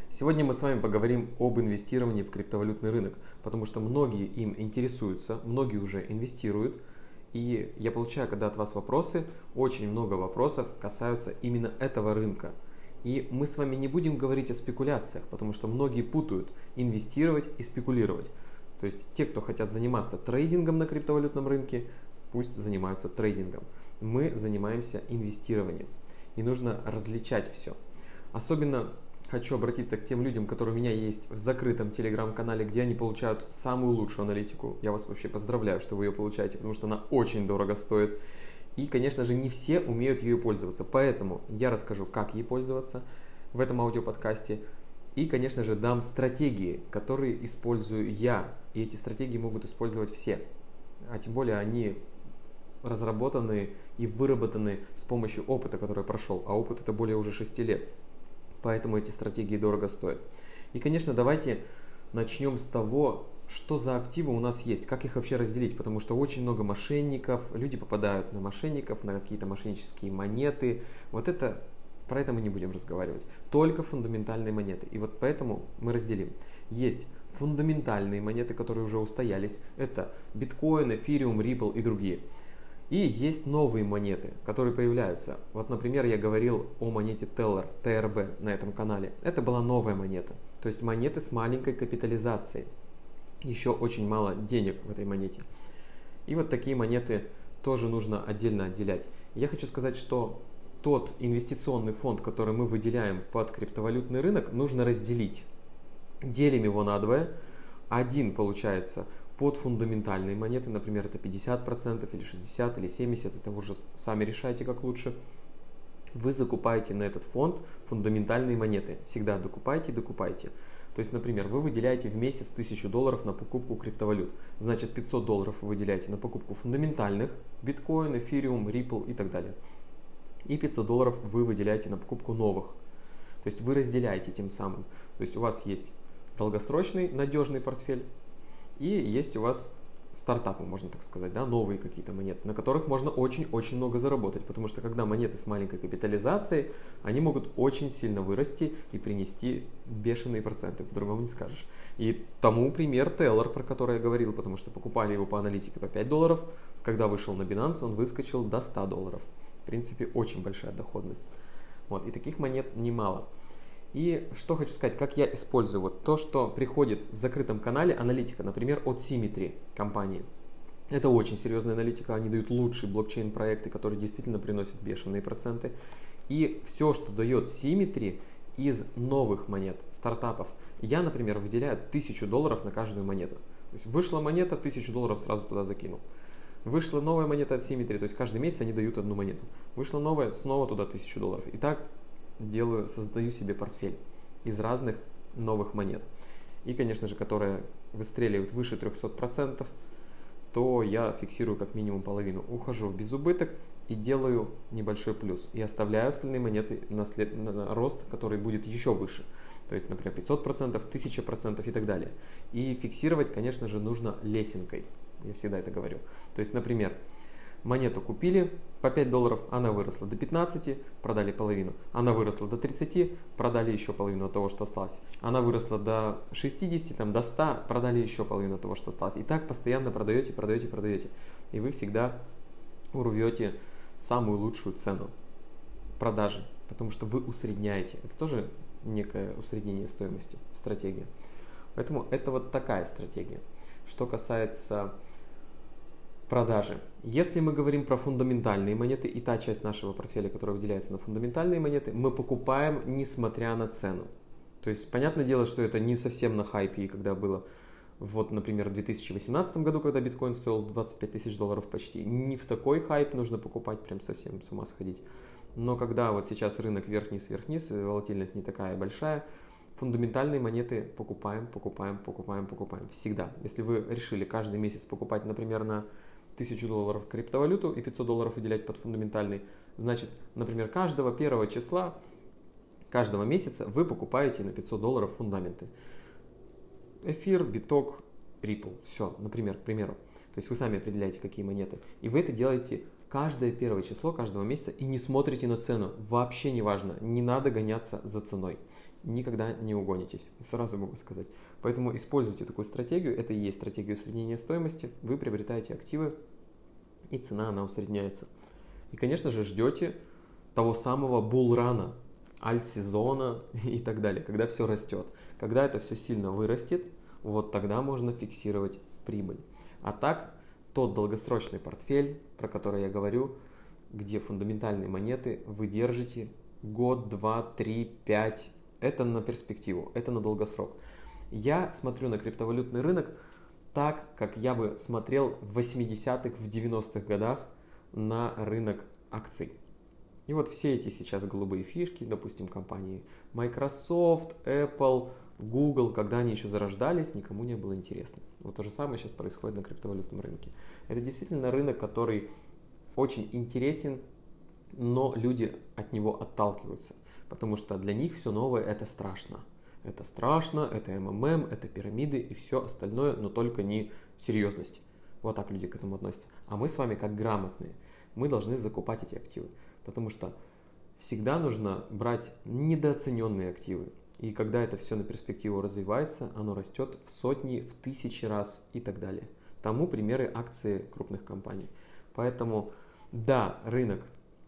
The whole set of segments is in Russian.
Сегодня мы с вами поговорим об инвестировании в криптовалютный рынок, потому что многие им интересуются, многие уже инвестируют. И я получаю, когда от вас вопросы, очень много вопросов касаются именно этого рынка. И мы с вами не будем говорить о спекуляциях, потому что многие путают инвестировать и спекулировать. То есть те, кто хотят заниматься трейдингом на криптовалютном рынке, пусть занимаются трейдингом. Мы занимаемся инвестированием. И нужно различать все. Особенно хочу обратиться к тем людям, которые у меня есть в закрытом телеграм-канале, где они получают самую лучшую аналитику. Я вас вообще поздравляю, что вы ее получаете, потому что она очень дорого стоит. И, конечно же, не все умеют ею пользоваться. Поэтому я расскажу, как ей пользоваться в этом аудиоподкасте. И, конечно же, дам стратегии, которые использую я. И эти стратегии могут использовать все. А тем более они разработаны и выработаны с помощью опыта, который я прошел. А опыт это более уже 6 лет. Поэтому эти стратегии дорого стоят. И, конечно, давайте начнем с того, что за активы у нас есть, как их вообще разделить, потому что очень много мошенников, люди попадают на мошенников, на какие-то мошеннические монеты. Про это мы не будем разговаривать. Только фундаментальные монеты. И вот поэтому мы разделим. Есть фундаментальные монеты, которые уже устоялись. Это биткоин, эфириум, Ripple и другие. И есть новые монеты, которые появляются. Вот, например, я говорил о монете Teller, TRB на этом канале. Это была новая монета. То есть монеты с маленькой капитализацией. Еще очень мало денег в этой монете. И вот такие монеты тоже нужно отдельно отделять. Я хочу сказать, что тот инвестиционный фонд, который мы выделяем под криптовалютный рынок, нужно разделить. Делим его надвое. Один получается под фундаментальные монеты, например, это 50% или 60% или 70%, это вы уже сами решаете, как лучше. Вы закупаете на этот фонд фундаментальные монеты. Всегда докупайте. То есть, например, вы выделяете в месяц $1000 на покупку криптовалют. Значит, $500 вы выделяете на покупку фундаментальных, биткоин, эфириум, Ripple и так далее. И $500 вы выделяете на покупку новых. То есть вы разделяете тем самым. То есть у вас есть долгосрочный надежный портфель, и есть у вас стартапы, можно так сказать, да, новые какие-то монеты, на которых можно очень-очень много заработать, потому что когда монеты с маленькой капитализацией, они могут очень сильно вырасти и принести бешеные проценты, по-другому не скажешь. И тому пример Teller, про который я говорил, потому что покупали его по аналитике по $5, когда вышел на Binance, он выскочил до $100. В принципе, очень большая доходность. Вот, и таких монет немало. И что хочу сказать, как я использую вот то, что приходит в закрытом канале аналитика, например, от Symmetry компании. Это очень серьезная аналитика, они дают лучшие блокчейн-проекты, которые действительно приносят бешеные проценты. И все, что дает Symmetry из новых монет, стартапов, я, например, выделяю $1000 на каждую монету. То есть вышла монета, $1000 сразу туда закинул. Вышла новая монета от Symmetry, то есть каждый месяц они дают одну монету. Вышла новая, снова туда $1000. И так создаю себе портфель из разных новых монет. И, конечно же, которые выстреливают выше 300%, то я фиксирую как минимум половину. Ухожу в безубыток и делаю небольшой плюс. И оставляю остальные монеты на рост, который будет еще выше. То есть, например, 500%, 1000% и так далее. И фиксировать, конечно же, нужно лесенкой. Я всегда это говорю. То есть, например, монету купили по $5, она выросла до 15, продали половину. Она выросла до 30, продали еще половину от того, что осталось. Она выросла до 60, до 100, продали еще половину от того, что осталось. И так постоянно продаете. И вы всегда урвете самую лучшую цену продажи, потому что вы усредняете. Это тоже некое усреднение стоимости, стратегия. Поэтому это вот такая стратегия. Что касается продажи. Если мы говорим про фундаментальные монеты и та часть нашего портфеля, которая выделяется на фундаментальные монеты, мы покупаем несмотря на цену. То есть, понятное дело, что это не совсем на хайпе, когда было, вот, например, в 2018 году, когда биткоин стоил $25 000 почти. Не в такой хайп нужно покупать, прям совсем с ума сходить. Но когда вот сейчас рынок вверх-вниз, волатильность не такая большая, фундаментальные монеты покупаем. Всегда. Если вы решили каждый месяц покупать, например, на $1000 криптовалюту и $500 выделять под фундаментальный, значит, например, каждого первого числа, каждого месяца вы покупаете на $500 фундаменты. Эфир, биток, Ripple. Все, например, к примеру. То есть вы сами определяете, какие монеты. И вы это делаете каждое первое число каждого месяца и не смотрите на цену. Вообще не важно. Не надо гоняться за ценой. никогда не угонитесь, сразу могу сказать. Поэтому используйте такую стратегию, это и есть стратегия усреднения стоимости, вы приобретаете активы, и цена, она усредняется. И, конечно же, ждете того самого булрана, альт-сезона и так далее, когда все растет. Когда это все сильно вырастет, вот тогда можно фиксировать прибыль. А так, тот долгосрочный портфель, про который я говорю, где фундаментальные монеты вы держите год, 2, 3, 5, это на перспективу, это на долгосрок. Я смотрю на криптовалютный рынок так, как я бы смотрел в 80-х, в 90-х годах на рынок акций. И вот все эти сейчас голубые фишки, допустим, компании Microsoft, Apple, Google, когда они еще зарождались, никому не было интересно. Вот то же самое сейчас происходит на криптовалютном рынке. Это действительно рынок, который очень интересен, но люди от него отталкиваются, потому что для них все новое это страшно. Это страшно, это МММ, это пирамиды и все остальное, но только не серьезность. Вот так люди к этому относятся. А мы с вами, как грамотные, мы должны закупать эти активы, потому что всегда нужно брать недооцененные активы. И когда это все на перспективу развивается, оно растет в сотни, в тысячи раз и так далее. Тому примеры акции крупных компаний. Поэтому, да, рынок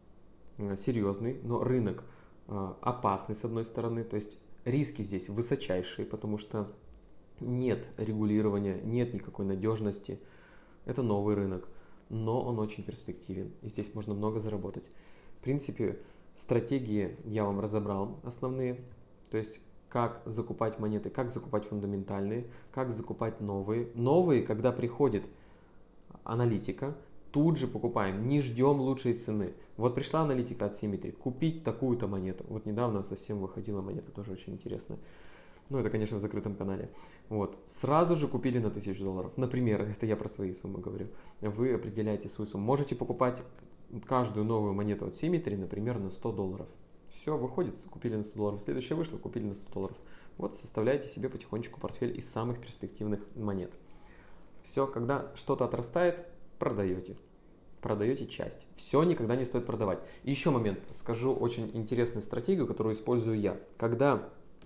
серьезный, но рынок опасный с одной стороны, то есть риски здесь высочайшие, потому что нет регулирования, нет никакой надежности. Это новый рынок, но он очень перспективен, и здесь можно много заработать. В принципе, стратегии я вам разобрал основные, то есть как закупать монеты, как закупать фундаментальные, как закупать новые. Новые, когда приходит аналитика, тут же покупаем, не ждем лучшей цены. Вот пришла аналитика от Symmetry, купить такую-то монету. Вот недавно совсем выходила монета, тоже очень интересная. Ну, это, конечно, в закрытом канале. Вот. Сразу же купили на $1000. Например, это я про свои суммы говорю. Вы определяете свою сумму. Можете покупать каждую новую монету от Symmetry, например, на $100. Все, выходит, купили на $100. Следующее вышло, купили на $100. Вот составляете себе потихонечку портфель из самых перспективных монет. Все, когда что-то отрастает, продаете. Продаете часть. Все никогда не стоит продавать. И еще момент. Скажу очень интересную стратегию, которую использую я. Когда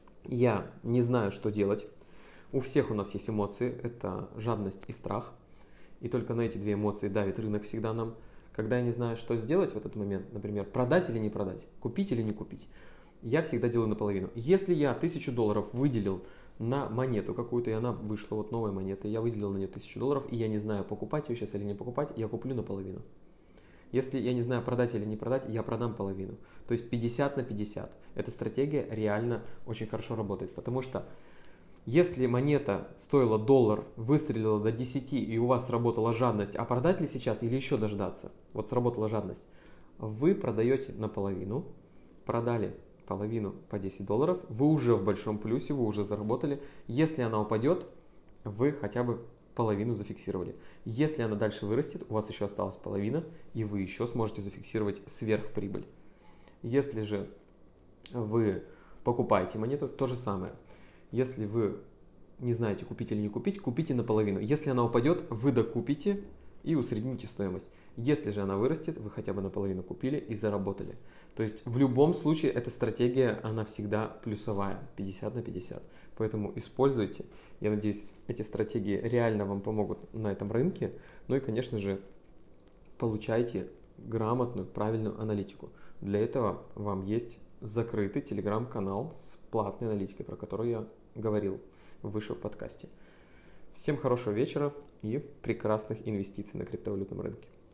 я не знаю, что делать, у всех у нас есть эмоции. Это жадность и страх. И только на эти две эмоции давит рынок всегда нам. Когда я не знаю, что сделать в этот момент, например, продать или не продать, купить или не купить, я всегда делаю наполовину. Если я $1000 выделил на монету какую-то, и она вышла, вот новая монета, я выделил на нее $1000, и я не знаю, покупать ее сейчас или не покупать, я куплю наполовину. Если я не знаю, продать или не продать, я продам половину. То есть 50 на 50. Эта стратегия реально очень хорошо работает, потому что если монета стоила $1, выстрелила до 10, и у вас сработала жадность, а продать ли сейчас или еще дождаться? Вот сработала жадность. Вы продаете наполовину, продали половину по $10, вы уже в большом плюсе, вы уже заработали. Если она упадет, вы хотя бы половину зафиксировали. Если она дальше вырастет, у вас еще осталась половина, и вы еще сможете зафиксировать сверхприбыль. Если же вы покупаете монету, то же самое. Если вы не знаете, купить или не купить, купите наполовину. Если она упадет, вы докупите и усредните стоимость. Если же она вырастет, вы хотя бы наполовину купили и заработали. То есть в любом случае эта стратегия, она всегда плюсовая, 50 на 50. Поэтому используйте. Я надеюсь, эти стратегии реально вам помогут на этом рынке. Ну и, конечно же, получайте грамотную, правильную аналитику. Для этого вам есть закрытый телеграм-канал с платной аналитикой, про которую я говорил выше в подкасте. Всем хорошего вечера и прекрасных инвестиций на криптовалютном рынке.